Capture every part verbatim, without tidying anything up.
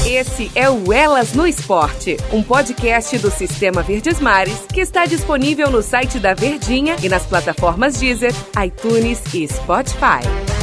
Esse é o Elas no Esporte, um podcast do Sistema Verdes Mares que está disponível no site da Verdinha e nas plataformas Deezer, iTunes e Spotify.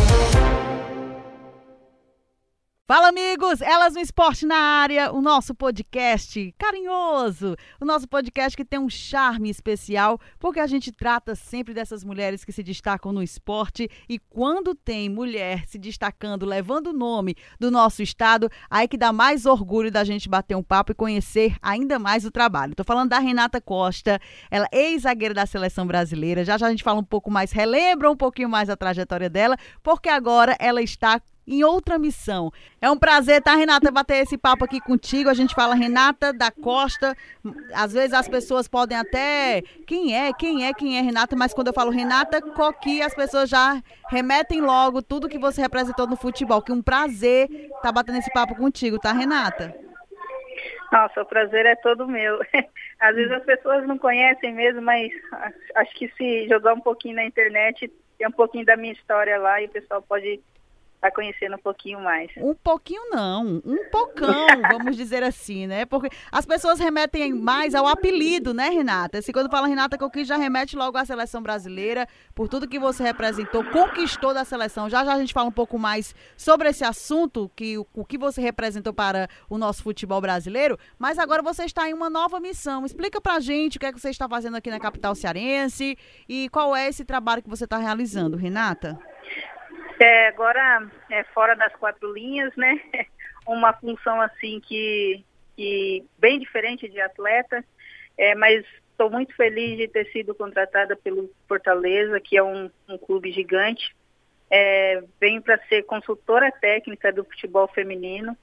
Fala, amigos! Elas no Esporte na área, o nosso podcast carinhoso, o nosso podcast que tem um charme especial, porque a gente trata sempre dessas mulheres que se destacam no esporte, e quando tem mulher se destacando, levando o nome do nosso estado, aí que dá mais orgulho da gente bater um papo e conhecer ainda mais o trabalho. Tô falando da Renata Costa, ela é ex-zagueira da Seleção Brasileira, já já a gente fala um pouco mais, relembra um pouquinho mais a trajetória dela, porque agora ela está em outra missão. É um prazer, tá, Renata, bater esse papo aqui contigo. A gente fala Renata da Costa. Às vezes as pessoas podem até... Quem é? Quem é? Quem é Renata? Mas quando eu falo Renata Coqui, as pessoas já remetem logo tudo que você representou no futebol. Que um prazer tá batendo esse papo contigo, tá, Renata? Nossa, o prazer é todo meu. Às vezes as pessoas não conhecem mesmo, mas acho que se jogar um pouquinho na internet, tem um pouquinho da minha história lá e o pessoal pode... tá conhecendo um pouquinho mais. Um pouquinho não, um pocão, vamos dizer assim, né? Porque as pessoas remetem mais ao apelido, né, Renata? Se quando fala Renata Coqui, já remete logo à seleção brasileira, por tudo que você representou, conquistou da seleção. Já já a gente fala um pouco mais sobre esse assunto, que, o, o que você representou para o nosso futebol brasileiro, mas agora você está em uma nova missão. Explica pra gente o que é que você está fazendo aqui na capital cearense e qual é esse trabalho que você está realizando, Renata? É, agora é fora das quatro linhas, né? Uma função assim que, que bem diferente de atleta, é, mas estou muito feliz de ter sido contratada pelo Fortaleza, que é um, um clube gigante. É, venho para ser consultora técnica do futebol feminino.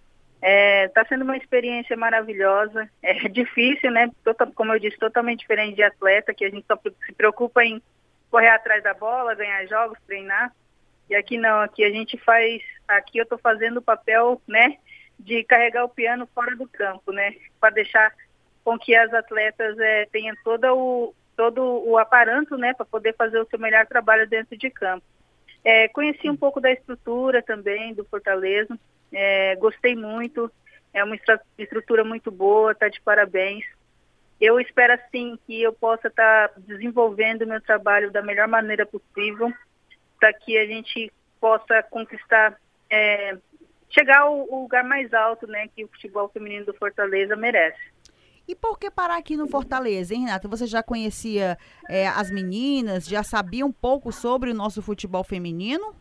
Está é, sendo uma experiência maravilhosa. É difícil, né? Total, como eu disse, totalmente diferente de atleta, que a gente só se preocupa em correr atrás da bola, ganhar jogos, treinar. E aqui não, aqui a gente faz, aqui eu estou fazendo o papel, né, de carregar o piano fora do campo, né, para deixar com que as atletas é, tenham todo o, todo o aparato, né, para poder fazer o seu melhor trabalho dentro de campo. É, conheci um pouco da estrutura também do Fortaleza, é, gostei muito, é uma estrutura muito boa, está de parabéns. Eu espero, assim, que eu possa estar tá desenvolvendo o meu trabalho da melhor maneira possível, para que a gente possa conquistar, é, chegar ao, ao lugar mais alto, né, que o futebol feminino do Fortaleza merece. E por que parar aqui no Fortaleza, hein, Renata? Você já conhecia é, as meninas, já sabia um pouco sobre o nosso futebol feminino?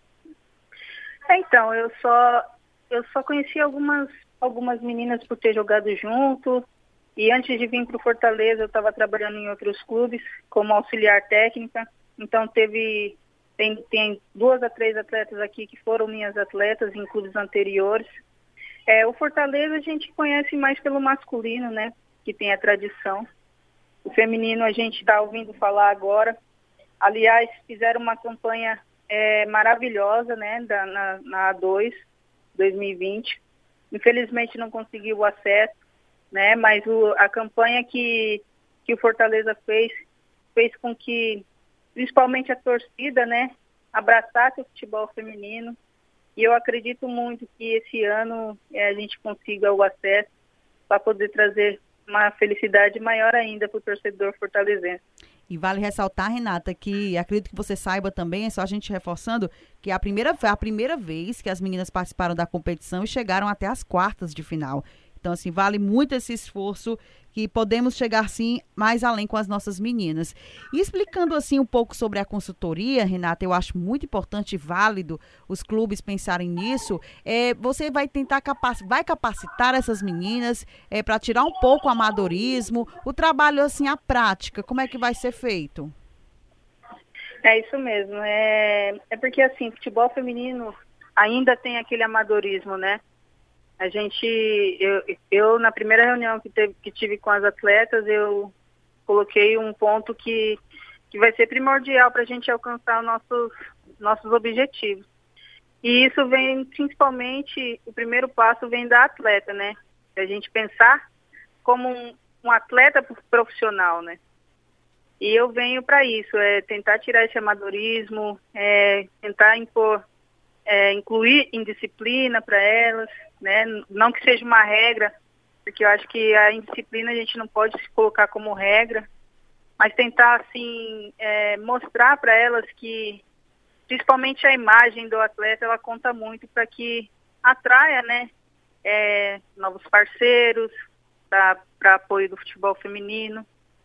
Então, eu só, eu só conheci algumas, algumas meninas por ter jogado junto, e antes de vir para o Fortaleza eu estava trabalhando em outros clubes como auxiliar técnica, então teve... Tem, tem duas a três atletas aqui que foram minhas atletas em clubes anteriores. É, o Fortaleza a gente conhece mais pelo masculino, né? Que tem a tradição. O feminino a gente está ouvindo falar agora. Aliás, fizeram uma campanha é, maravilhosa, né? Da, na, na A dois, dois mil e vinte. Infelizmente não conseguiu o acesso, né? Mas o, a campanha que, que o Fortaleza fez, fez com que principalmente a torcida, né, abraçasse o futebol feminino, e eu acredito muito que esse ano é, a gente consiga o acesso para poder trazer uma felicidade maior ainda para o torcedor fortalezense. E vale ressaltar, Renata, que acredito que você saiba também, é só a gente reforçando, que é a primeira, a primeira vez que as meninas participaram da competição e chegaram até as quartas de final. Então, assim, vale muito esse esforço que podemos chegar, sim, mais além com as nossas meninas. E explicando, assim, um pouco sobre a consultoria, Renata, eu acho muito importante e válido os clubes pensarem nisso. É, você vai tentar capac- vai capacitar essas meninas é, para tirar um pouco o amadorismo, o trabalho, assim, a prática, como é que vai ser feito? É isso mesmo. É, é porque, assim, futebol feminino ainda tem aquele amadorismo, né? A gente, eu, eu na primeira reunião que, teve, que tive com as atletas, eu coloquei um ponto que, que vai ser primordial para a gente alcançar nossos, nossos objetivos. E isso vem principalmente, o primeiro passo vem da atleta, né? A gente pensar como um, um atleta profissional, né? E eu venho para isso, é tentar tirar esse amadorismo, é tentar impor, é, incluir indisciplina para elas, né? Não que seja uma regra, porque eu acho que a indisciplina a gente não pode se colocar como regra, mas tentar, assim, é, mostrar para elas que, principalmente a imagem do atleta, ela conta muito para que atraia, né, é, novos parceiros para apoio do futebol feminino.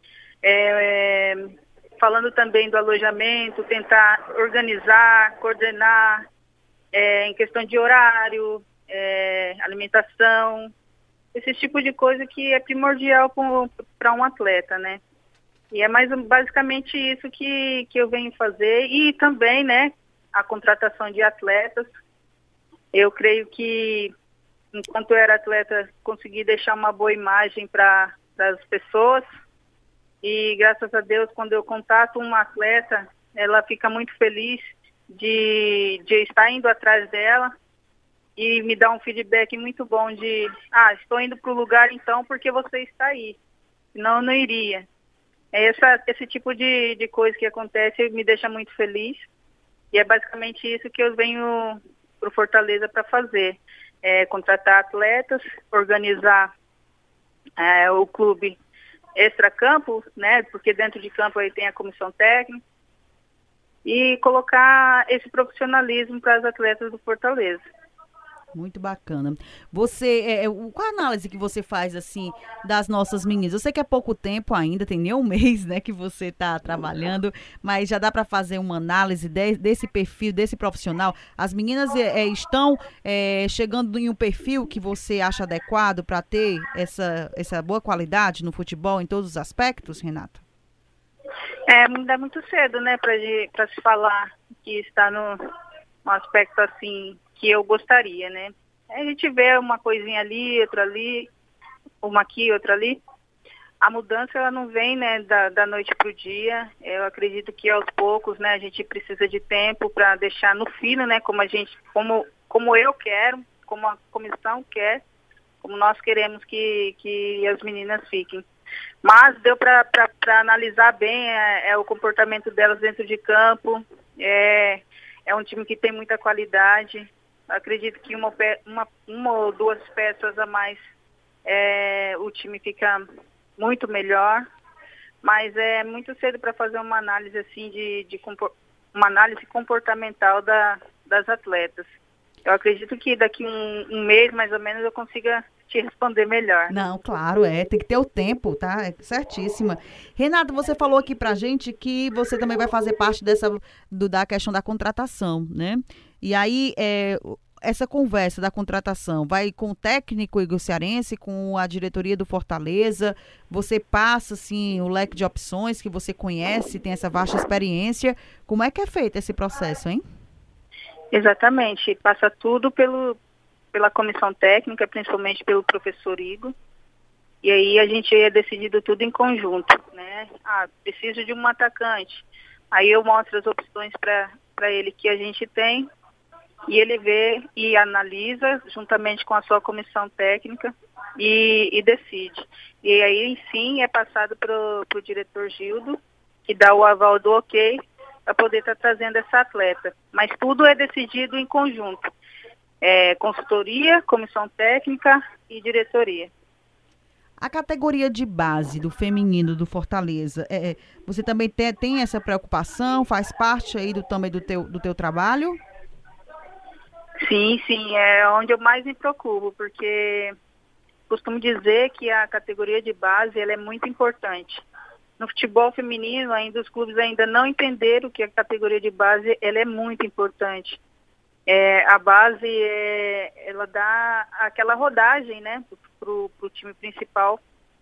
É, é, falando também do alojamento, tentar organizar, coordenar, é, em questão de horário, é, alimentação, esse tipo de coisa que é primordial para um atleta, né? E é mais basicamente isso que, que eu venho fazer. E também, né, a contratação de atletas. Eu creio que, enquanto eu era atleta, consegui deixar uma boa imagem para as pessoas. E, graças a Deus, quando eu contato uma atleta, ela fica muito feliz de, de estar indo atrás dela e me dá um feedback muito bom de, ah, estou indo para o lugar então porque você está aí, senão eu não iria. Essa, esse tipo de, de coisa que acontece me deixa muito feliz e é basicamente isso que eu venho para o Fortaleza para fazer, é, contratar atletas, organizar é, o clube extra-campo, né, porque dentro de campo aí tem a comissão técnica, e colocar esse profissionalismo para as atletas do Fortaleza. Muito bacana. Você, é, qual a análise que você faz, assim, das nossas meninas? Eu sei que é pouco tempo ainda, tem nem um mês, né, que você está trabalhando, mas já dá para fazer uma análise de, desse perfil, desse profissional. As meninas é, é, estão é, chegando em um perfil que você acha adequado para ter essa, essa boa qualidade no futebol em todos os aspectos, Renata? É, ainda é muito cedo, né, para se falar que está no, no aspecto, assim, que eu gostaria, né? A gente vê uma coisinha ali, outra ali, uma aqui, outra ali. A mudança, ela não vem, né, da, da noite para o dia. Eu acredito que aos poucos, né, a gente precisa de tempo para deixar no fino, né, como a gente, como, como eu quero, como a comissão quer, como nós queremos que, que as meninas fiquem. Mas deu para analisar bem é, é o comportamento delas dentro de campo. É, é um time que tem muita qualidade. Acredito que uma, uma, uma ou duas peças a mais, é, o time fica muito melhor, mas é muito cedo para fazer uma análise assim de, de uma análise comportamental da, das atletas. Eu acredito que daqui um, um mês mais ou menos eu consiga te responder melhor. Não, claro, é, tem que ter o tempo, tá? É certíssima. Renata, você falou aqui pra gente que você também vai fazer parte dessa, do, da questão da contratação, né? E aí, é, essa conversa da contratação vai com o técnico Igor Cearense, com a diretoria do Fortaleza, você passa, assim, o leque de opções que você conhece, tem essa vasta experiência. Como é que é feito esse processo, hein? Exatamente, passa tudo pelo, pela comissão técnica, principalmente pelo professor Igor, e aí a gente é decidido tudo em conjunto, né? Ah, preciso de um atacante, aí eu mostro as opções para ele que a gente tem, e ele vê e analisa juntamente com a sua comissão técnica e, e decide. E aí sim é passado para o diretor Gildo, que dá o aval do ok, para poder estar tá trazendo essa atleta. Mas tudo é decidido em conjunto. É, consultoria, comissão técnica e diretoria. A categoria de base do feminino do Fortaleza, é, você também tem, tem essa preocupação? Faz parte aí do, também do teu, do teu trabalho? Sim, sim. É onde eu mais me preocupo, porque costumo dizer que a categoria de base ela é muito importante. No futebol feminino, ainda os clubes ainda não entenderam que a categoria de base ela é muito importante. É, a base, é, ela dá aquela rodagem, né, para o time principal.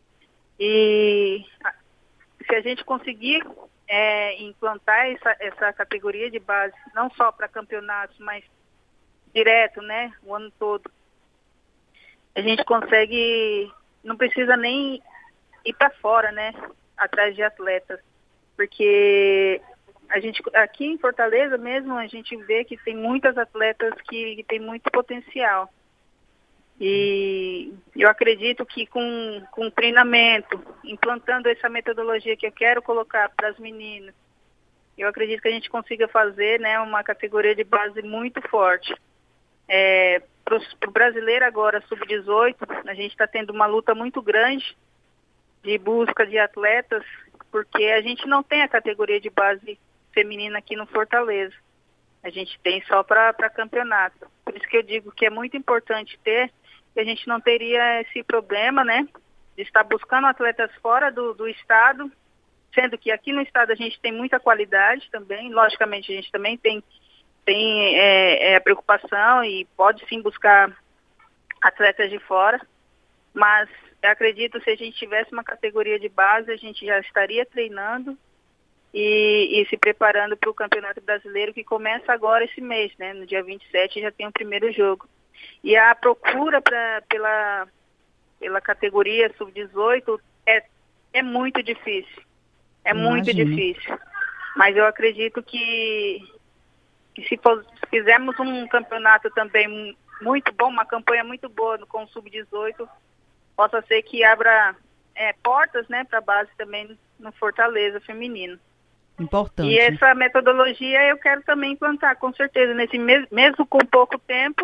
E se a gente conseguir é, implantar essa, essa categoria de base, não só para campeonatos, mas direto, né, o ano todo, a gente consegue, não precisa nem ir para fora, né, atrás de atletas, porque a gente aqui em Fortaleza mesmo a gente vê que tem muitas atletas que, que têm muito potencial, e eu acredito que com, com treinamento, implantando essa metodologia que eu quero colocar para as meninas, eu acredito que a gente consiga fazer, né, uma categoria de base muito forte, é, para o brasileiro agora, sub dezoito, a gente está tendo uma luta muito grande de busca de atletas, porque a gente não tem a categoria de base feminina aqui no Fortaleza. A gente tem só para campeonato. Por isso que eu digo que é muito importante ter, que a gente não teria esse problema, né, de estar buscando atletas fora do, do estado, sendo que aqui no estado a gente tem muita qualidade também. Logicamente a gente também tem, tem é, é, a preocupação e pode sim buscar atletas de fora, mas eu acredito que se a gente tivesse uma categoria de base, a gente já estaria treinando e, e se preparando para o Campeonato Brasileiro, que começa agora esse mês, né? No dia vinte e sete já tem o primeiro jogo. E a procura pra, pela, pela categoria sub dezoito é, é muito difícil. É Imagina. muito difícil. Mas eu acredito que, que se, for, se fizermos um campeonato também muito bom, uma campanha muito boa com o sub dezoito, possa ser que abra é, portas, né, para a base também no Fortaleza feminino. Importante. E essa metodologia eu quero também implantar, com certeza, nesse mes mesmo com pouco tempo,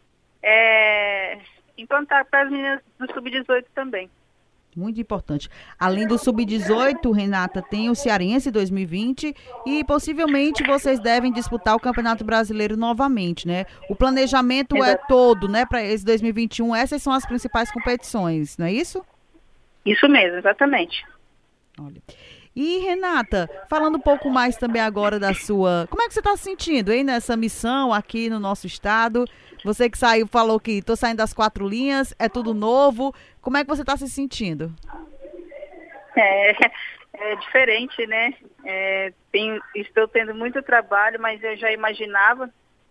é, implantar para as meninas do sub dezoito também. Muito importante. Além do sub dezoito, Renata, tem o Cearense dois mil e vinte e possivelmente vocês devem disputar o Campeonato Brasileiro novamente, né? O planejamento Exato. é todo, né, para esse dois mil e vinte e um. Essas são as principais competições, não é isso? Isso mesmo, exatamente. Olha. E, Renata, falando um pouco mais também agora da sua... Como é que você está se sentindo, hein, nessa missão aqui no nosso estado? Você que saiu, falou que estou saindo das quatro linhas, é tudo novo. Como é que você está se sentindo? É, é diferente, né? É, tenho, estou tendo muito trabalho, mas eu já imaginava,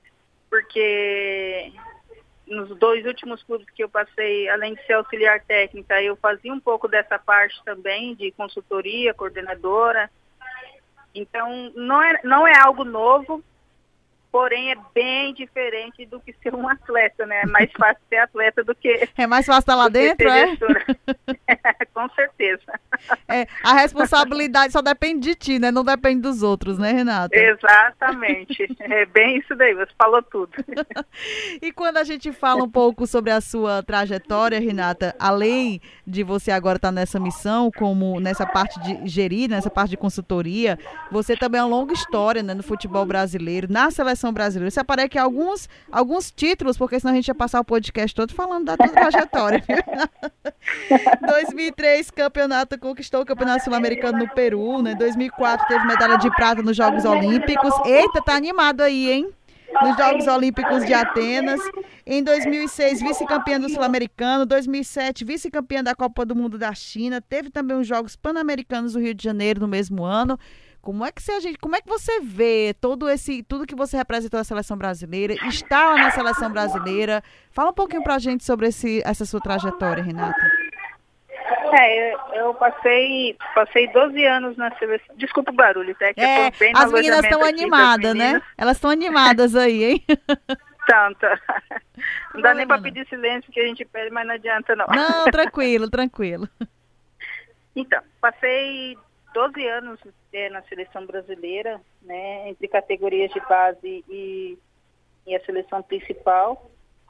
porque nos dois últimos clubes que eu passei, além de ser auxiliar técnica, eu fazia um pouco dessa parte também, de consultoria, coordenadora. Então, não é, não é algo novo, porém é bem diferente do que ser um atleta, né? É mais fácil ser atleta do que... É mais fácil estar lá dentro, é? é? Com certeza. É, a responsabilidade só depende de ti, né? Não depende dos outros, né, Renata? Exatamente. É bem isso daí, você falou tudo. E quando a gente fala um pouco sobre a sua trajetória, Renata, além de você agora estar nessa missão, como nessa parte de gerir, nessa parte de consultoria, você também é uma longa história, né, no futebol brasileiro, na seleção brasileira. Você aparece aqui alguns, alguns títulos, porque senão a gente ia passar o podcast todo falando da tua trajetória. dois mil e três, campeonato, conquistou o Campeonato Sul-Americano no Peru, né? dois mil e quatro, teve medalha de prata nos Jogos Olímpicos. Eita, tá animado aí, hein? Nos Jogos Olímpicos de Atenas. Em dois mil e seis, vice-campeã do Sul-Americano. dois mil e sete, vice-campeã da Copa do Mundo da China. Teve também os Jogos Pan-Americanos do Rio de Janeiro no mesmo ano. Como é que você, gente, como é que você vê todo esse, tudo que você representou na seleção brasileira, está lá na seleção brasileira? Fala um pouquinho pra gente sobre esse, essa sua trajetória, Renata. É, eu, eu passei, passei doze anos na seleção. Desculpa o barulho, tá? Que é, bem as meninas estão animadas, né? Elas estão animadas aí, hein? Tanto. Não dá nem para pedir silêncio que a gente pede, mas não adianta não. Não, tranquilo, tranquilo. Então, passei doze anos é, na seleção brasileira, né, entre categorias de base e, e a seleção principal.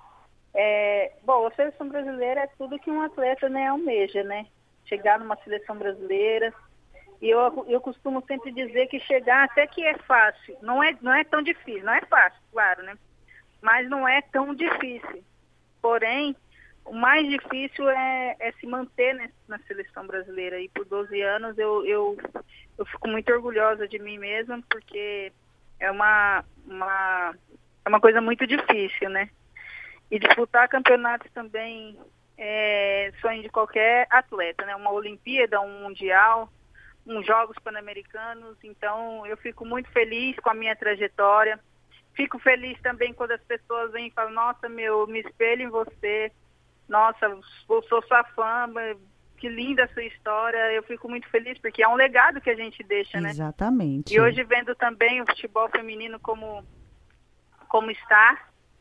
É, bom, a seleção brasileira é tudo que um atleta, né, almeja, né? Chegar numa seleção brasileira. E eu, eu costumo sempre dizer que chegar até que é fácil. Não é, não é tão difícil, não é fácil, claro, né? Mas não é tão difícil. Porém, o mais difícil é, é se manter, né, na seleção brasileira. E por doze anos eu, eu, eu fico muito orgulhosa de mim mesma, porque é uma, uma, é uma coisa muito difícil, né? E disputar campeonatos também é sonho de qualquer atleta, né? Uma Olimpíada, um Mundial, uns Jogos Pan-Americanos. Então, eu fico muito feliz com a minha trajetória. Fico feliz também quando as pessoas vêm e falam, nossa, meu, me espelho em você. Nossa, eu sou sua fã, que linda a sua história. Eu fico muito feliz, porque é um legado que a gente deixa, né? Exatamente. E hoje, vendo também o futebol feminino como, como está,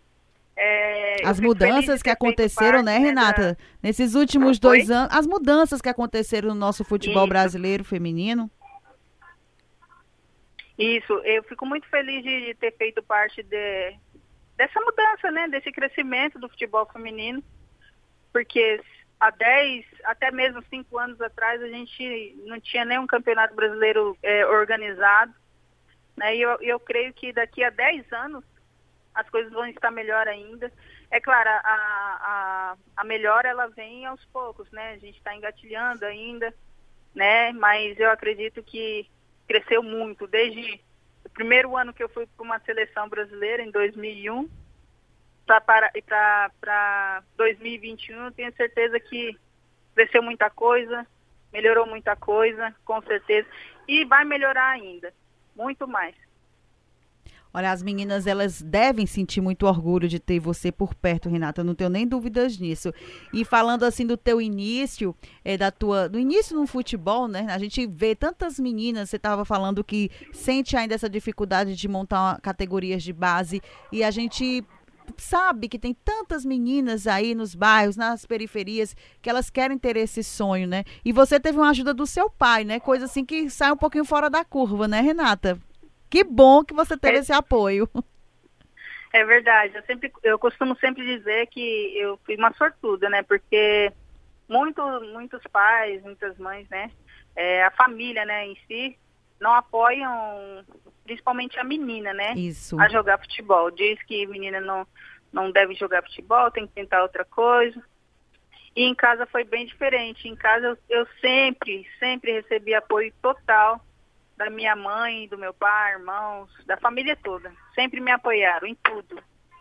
É, as mudanças que aconteceram, parte, né, Renata? Da... Nesses últimos dois Oi? anos, as mudanças que aconteceram no nosso futebol Isso. brasileiro feminino. Isso, eu fico muito feliz de, de ter feito parte de, dessa mudança, né, desse crescimento do futebol feminino, porque há dez, até mesmo cinco anos atrás, a gente não tinha nenhum campeonato brasileiro é, organizado, né, e eu, eu creio que daqui a dez anos as coisas vão estar melhor ainda. É claro, a, a, a melhora ela vem aos poucos, né, a gente está engatilhando ainda, né, mas eu acredito que cresceu muito, desde o primeiro ano que eu fui para uma seleção brasileira, em dois mil e um, para dois mil e vinte e um, eu tenho certeza que cresceu muita coisa, melhorou muita coisa, com certeza, e vai melhorar ainda, muito mais. Olha, as meninas, elas devem sentir muito orgulho de ter você por perto, Renata, eu não tenho nem dúvidas nisso. E falando assim do teu início, é, da tua, do início no futebol, né? A gente vê tantas meninas, você estava falando que sente ainda essa dificuldade de montar categorias de base, e a gente sabe que tem tantas meninas aí nos bairros, nas periferias, que elas querem ter esse sonho, né? E você teve uma ajuda do seu pai, né? Coisa assim que sai um pouquinho fora da curva, né, Renata? Que bom que você teve é, esse apoio. É verdade. Eu, sempre, eu costumo sempre dizer que eu fui uma sortuda, né? Porque muito, muitos pais, muitas mães, né? É, a família, né, em si, não apoiam, principalmente a menina, né? Isso. A jogar futebol. Diz que menina não, não deve jogar futebol, tem que tentar outra coisa. E em casa foi bem diferente. Em casa eu, eu sempre, sempre recebi apoio total da minha mãe, do meu pai, irmãos, da família toda. Sempre me apoiaram em tudo.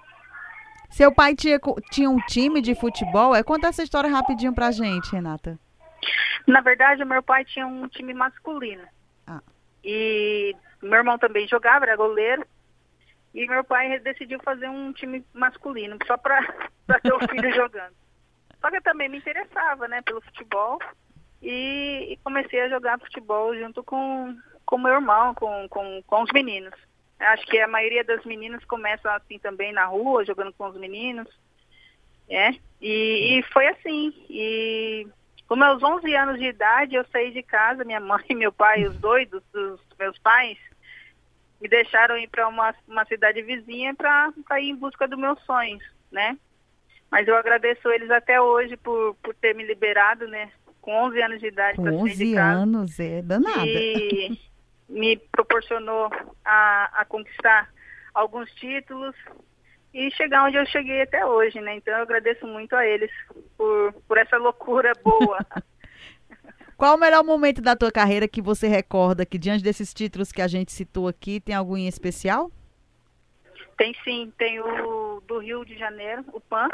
Seu pai tinha, tinha um time de futebol? É, conta essa história rapidinho pra gente, Renata. Na verdade, o meu pai tinha um time masculino. Ah. E meu irmão também jogava, era goleiro. E meu pai decidiu fazer um time masculino, só pra, pra ter o filho jogando. Só que eu também me interessava, né, pelo futebol. E, e comecei a jogar futebol junto com com meu irmão, com, com, com os meninos. Acho que a maioria das meninas começa assim também na rua, jogando com os meninos. É? E, e foi assim. E com meus onze anos de idade, eu saí de casa, minha mãe e meu pai, os dois dos, dos meus pais, me deixaram ir para uma, uma cidade vizinha para ir em busca dos meus sonhos, né? Mas eu agradeço eles até hoje por, por ter me liberado, né? Com onze anos de idade para sair de casa. onze anos, é danada. E me proporcionou a, a conquistar alguns títulos e chegar onde eu cheguei até hoje, né? Então eu agradeço muito a eles por, por essa loucura boa. Qual o melhor momento da tua carreira que você recorda, que diante desses títulos que a gente citou aqui, tem algum em especial? Tem sim, tem o do Rio de Janeiro, o Pan,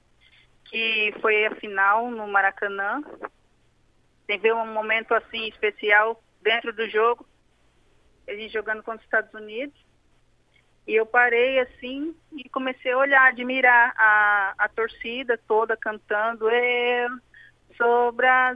que foi a final no Maracanã. Teve um momento assim especial dentro do jogo, a gente jogando contra os Estados Unidos, e eu parei assim e comecei a olhar, admirar a, a torcida toda cantando: eu sou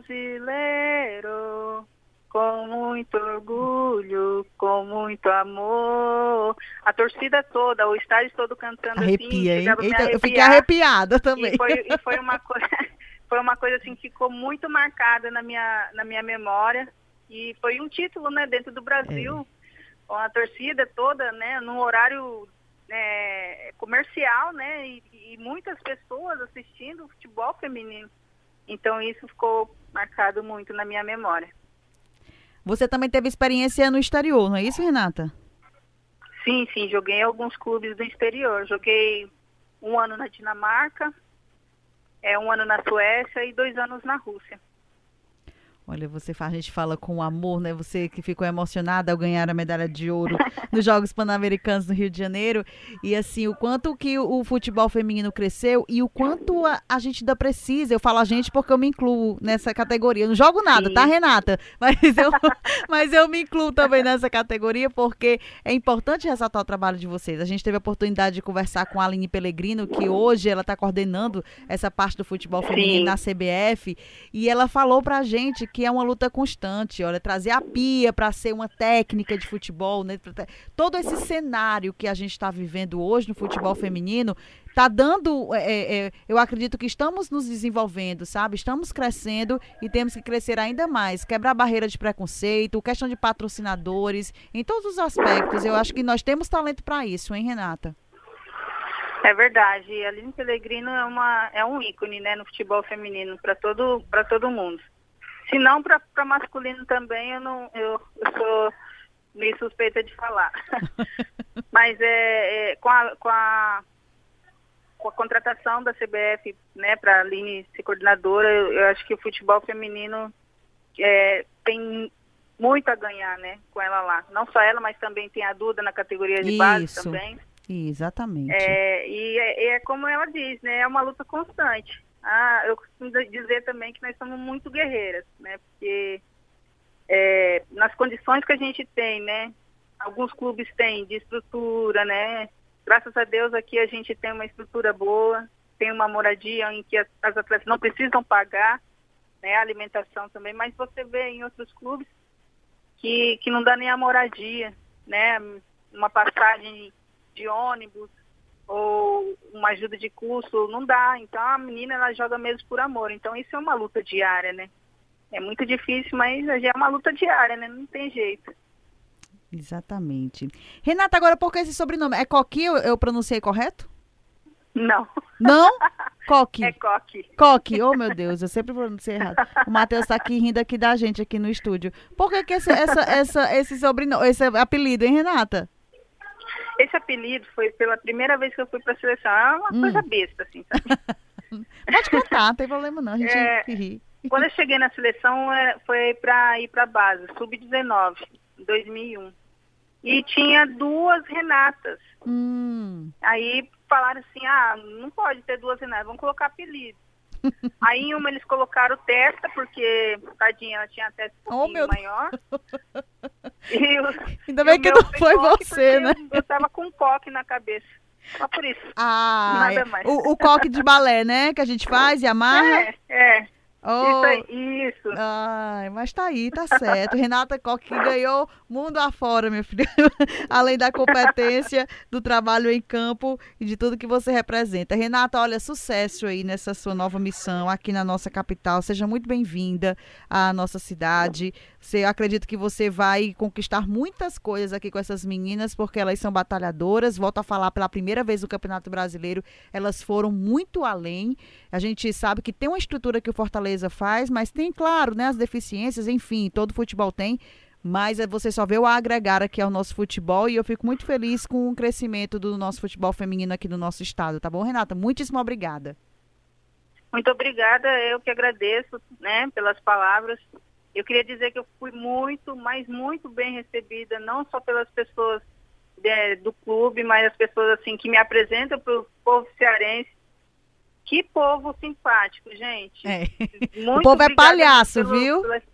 brasileiro, com muito orgulho, com muito amor. A torcida toda, o estádio todo cantando. Arrepia, assim, hein? Eita, eu fiquei arrepiada também. E foi, e foi uma coisa... Foi uma coisa assim que ficou muito marcada na minha, na minha memória. E foi um título, né, dentro do Brasil, é. com a torcida toda, né, num horário é, comercial, né, e, e muitas pessoas assistindo o futebol feminino. Então isso ficou marcado muito na minha memória. Você também teve experiência no exterior, não é isso, Renata? Sim, sim, joguei em alguns clubes do exterior. Joguei um ano na Dinamarca, É, um ano na Suécia e dois anos na Rússia. Olha, você a gente fala com amor, né? Você que ficou emocionada ao ganhar a medalha de ouro nos Jogos Pan-Americanos no Rio de Janeiro. E assim, o quanto que o futebol feminino cresceu e o quanto a, a gente ainda precisa. Eu falo a gente porque eu me incluo nessa categoria. Eu não jogo nada, Sim. tá, Renata? Mas eu, mas eu me incluo também nessa categoria porque é importante ressaltar o trabalho de vocês. A gente teve a oportunidade de conversar com a Aline Pellegrino, que hoje ela está coordenando essa parte do futebol feminino Sim. na C B F. E ela falou pra gente que é uma luta constante, olha, trazer a Pia para ser uma técnica de futebol, né? Todo esse cenário que a gente está vivendo hoje no futebol feminino está dando, é, é, eu acredito que estamos nos desenvolvendo, sabe? Estamos crescendo e temos que crescer ainda mais, quebrar a barreira de preconceito, questão de patrocinadores, em todos os aspectos. Eu acho que nós temos talento para isso, hein, Renata? É verdade. E a Aline Pellegrino é, uma, é um ícone, né, no futebol feminino, para todo, para todo mundo. Se não para masculino também, eu, não, eu, eu sou meio suspeita de falar. Mas é, é, com, a, com, a, com a contratação da C B F, né, para a Aline ser coordenadora, eu, eu acho que o futebol feminino é, tem muito a ganhar, né, com ela lá. Não só ela, mas também tem a Duda na categoria de Isso. base também. Exatamente. É, e é, é como ela diz, né? É uma luta constante. Ah, eu costumo dizer também que nós somos muito guerreiras, né? Porque é, nas condições que a gente tem, né? Alguns clubes têm de estrutura, né? Graças a Deus aqui a gente tem uma estrutura boa, tem uma moradia em que as, as atletas não precisam pagar, né? A alimentação também, mas você vê em outros clubes que, que não dá nem a moradia, né? Uma passagem de ônibus ou uma ajuda de curso, não dá. Então a menina, ela joga mesmo por amor. Então isso é uma luta diária, né? É muito difícil, mas já é uma luta diária, né? Não tem jeito. Exatamente. Renata, agora por que esse sobrenome? É Coqui, eu, eu pronunciei correto? Não. Não? Coqui. É Coqui. Coqui, oh meu Deus, eu sempre pronunciei errado. O Matheus tá aqui rindo aqui da gente aqui no estúdio. Por que, que esse, essa, essa, esse sobrenome, esse apelido, hein, Renata? Esse apelido foi pela primeira vez que eu fui para a seleção. É uma hum. coisa besta, assim, sabe? Pode contar, não tem problema não, a gente é, ri. Quando eu cheguei na seleção, foi para ir para a base, sub dezenove, em dois mil e um. E tinha duas Renatas. Hum. Aí falaram assim, ah, não pode ter duas Renatas, vamos colocar apelido. Aí em uma eles colocaram Testa, porque, tadinha, ela tinha a testa um pouquinho oh, maior. E o, Ainda bem que não foi você, né? Eu, eu tava com um coque na cabeça. Só por isso. Ah, nada mais. O, o coque de balé, né? Que a gente faz e amarra. É, é. Oh. Isso aí, isso. Ai, mas tá aí, tá certo. Renata Coque que ganhou mundo afora, minha filha. Além da competência, do trabalho em campo e de tudo que você representa. Renata, olha, sucesso aí nessa sua nova missão aqui na nossa capital. Seja muito bem-vinda à nossa cidade. Eu acredito que você vai conquistar muitas coisas aqui com essas meninas, porque elas são batalhadoras. Volto a falar, pela primeira vez no Campeonato Brasileiro, elas foram muito além. A gente sabe que tem uma estrutura que o Fortaleza faz, mas tem, claro, né, as deficiências, enfim, todo futebol tem, mas você só vê o agregar aqui ao nosso futebol e eu fico muito feliz com o crescimento do nosso futebol feminino aqui no nosso estado, tá bom, Renata? Muitíssimo obrigada. Muito obrigada, eu que agradeço, né, pelas palavras. Eu queria dizer que eu fui muito, mas muito bem recebida, não só pelas pessoas de, do clube, mas as pessoas assim que me apresentam para o povo cearense. Que povo simpático, gente. É. O povo é palhaço, pelo, viu? Pela...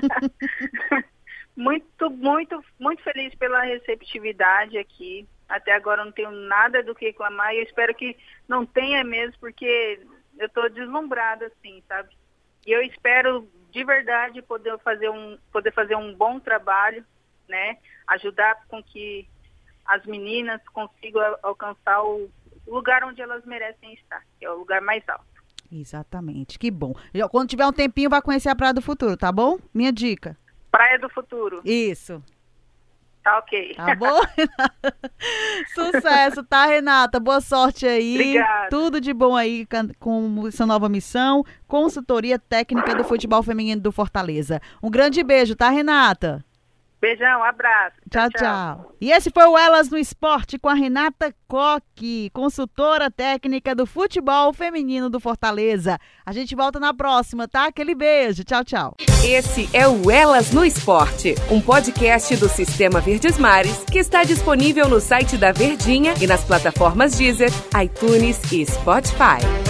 muito, muito, muito feliz pela receptividade aqui. Até agora não tenho nada do que reclamar e eu espero que não tenha mesmo, porque eu estou deslumbrada, assim, sabe? E eu espero, de verdade, poder fazer um, poder fazer um bom trabalho, né? Ajudar com que as meninas consigam alcançar o o lugar onde elas merecem estar, que é o lugar mais alto. Exatamente, que bom. Quando tiver um tempinho, vai conhecer a Praia do Futuro, tá bom? Minha dica. Praia do Futuro. Isso. Tá ok. Tá bom? Sucesso, tá, Renata? Boa sorte aí. Obrigada. Tudo de bom aí com essa nova missão, consultoria técnica do futebol feminino do Fortaleza. Um grande beijo, tá, Renata? Beijão, abraço. Tchau, tchau, tchau. E esse foi o Elas no Esporte com a Renata Coque, consultora técnica do futebol feminino do Fortaleza. A gente volta na próxima, tá? Aquele beijo. Tchau, tchau. Esse é o Elas no Esporte, um podcast do Sistema Verdes Mares que está disponível no site da Verdinha e nas plataformas Deezer, iTunes e Spotify.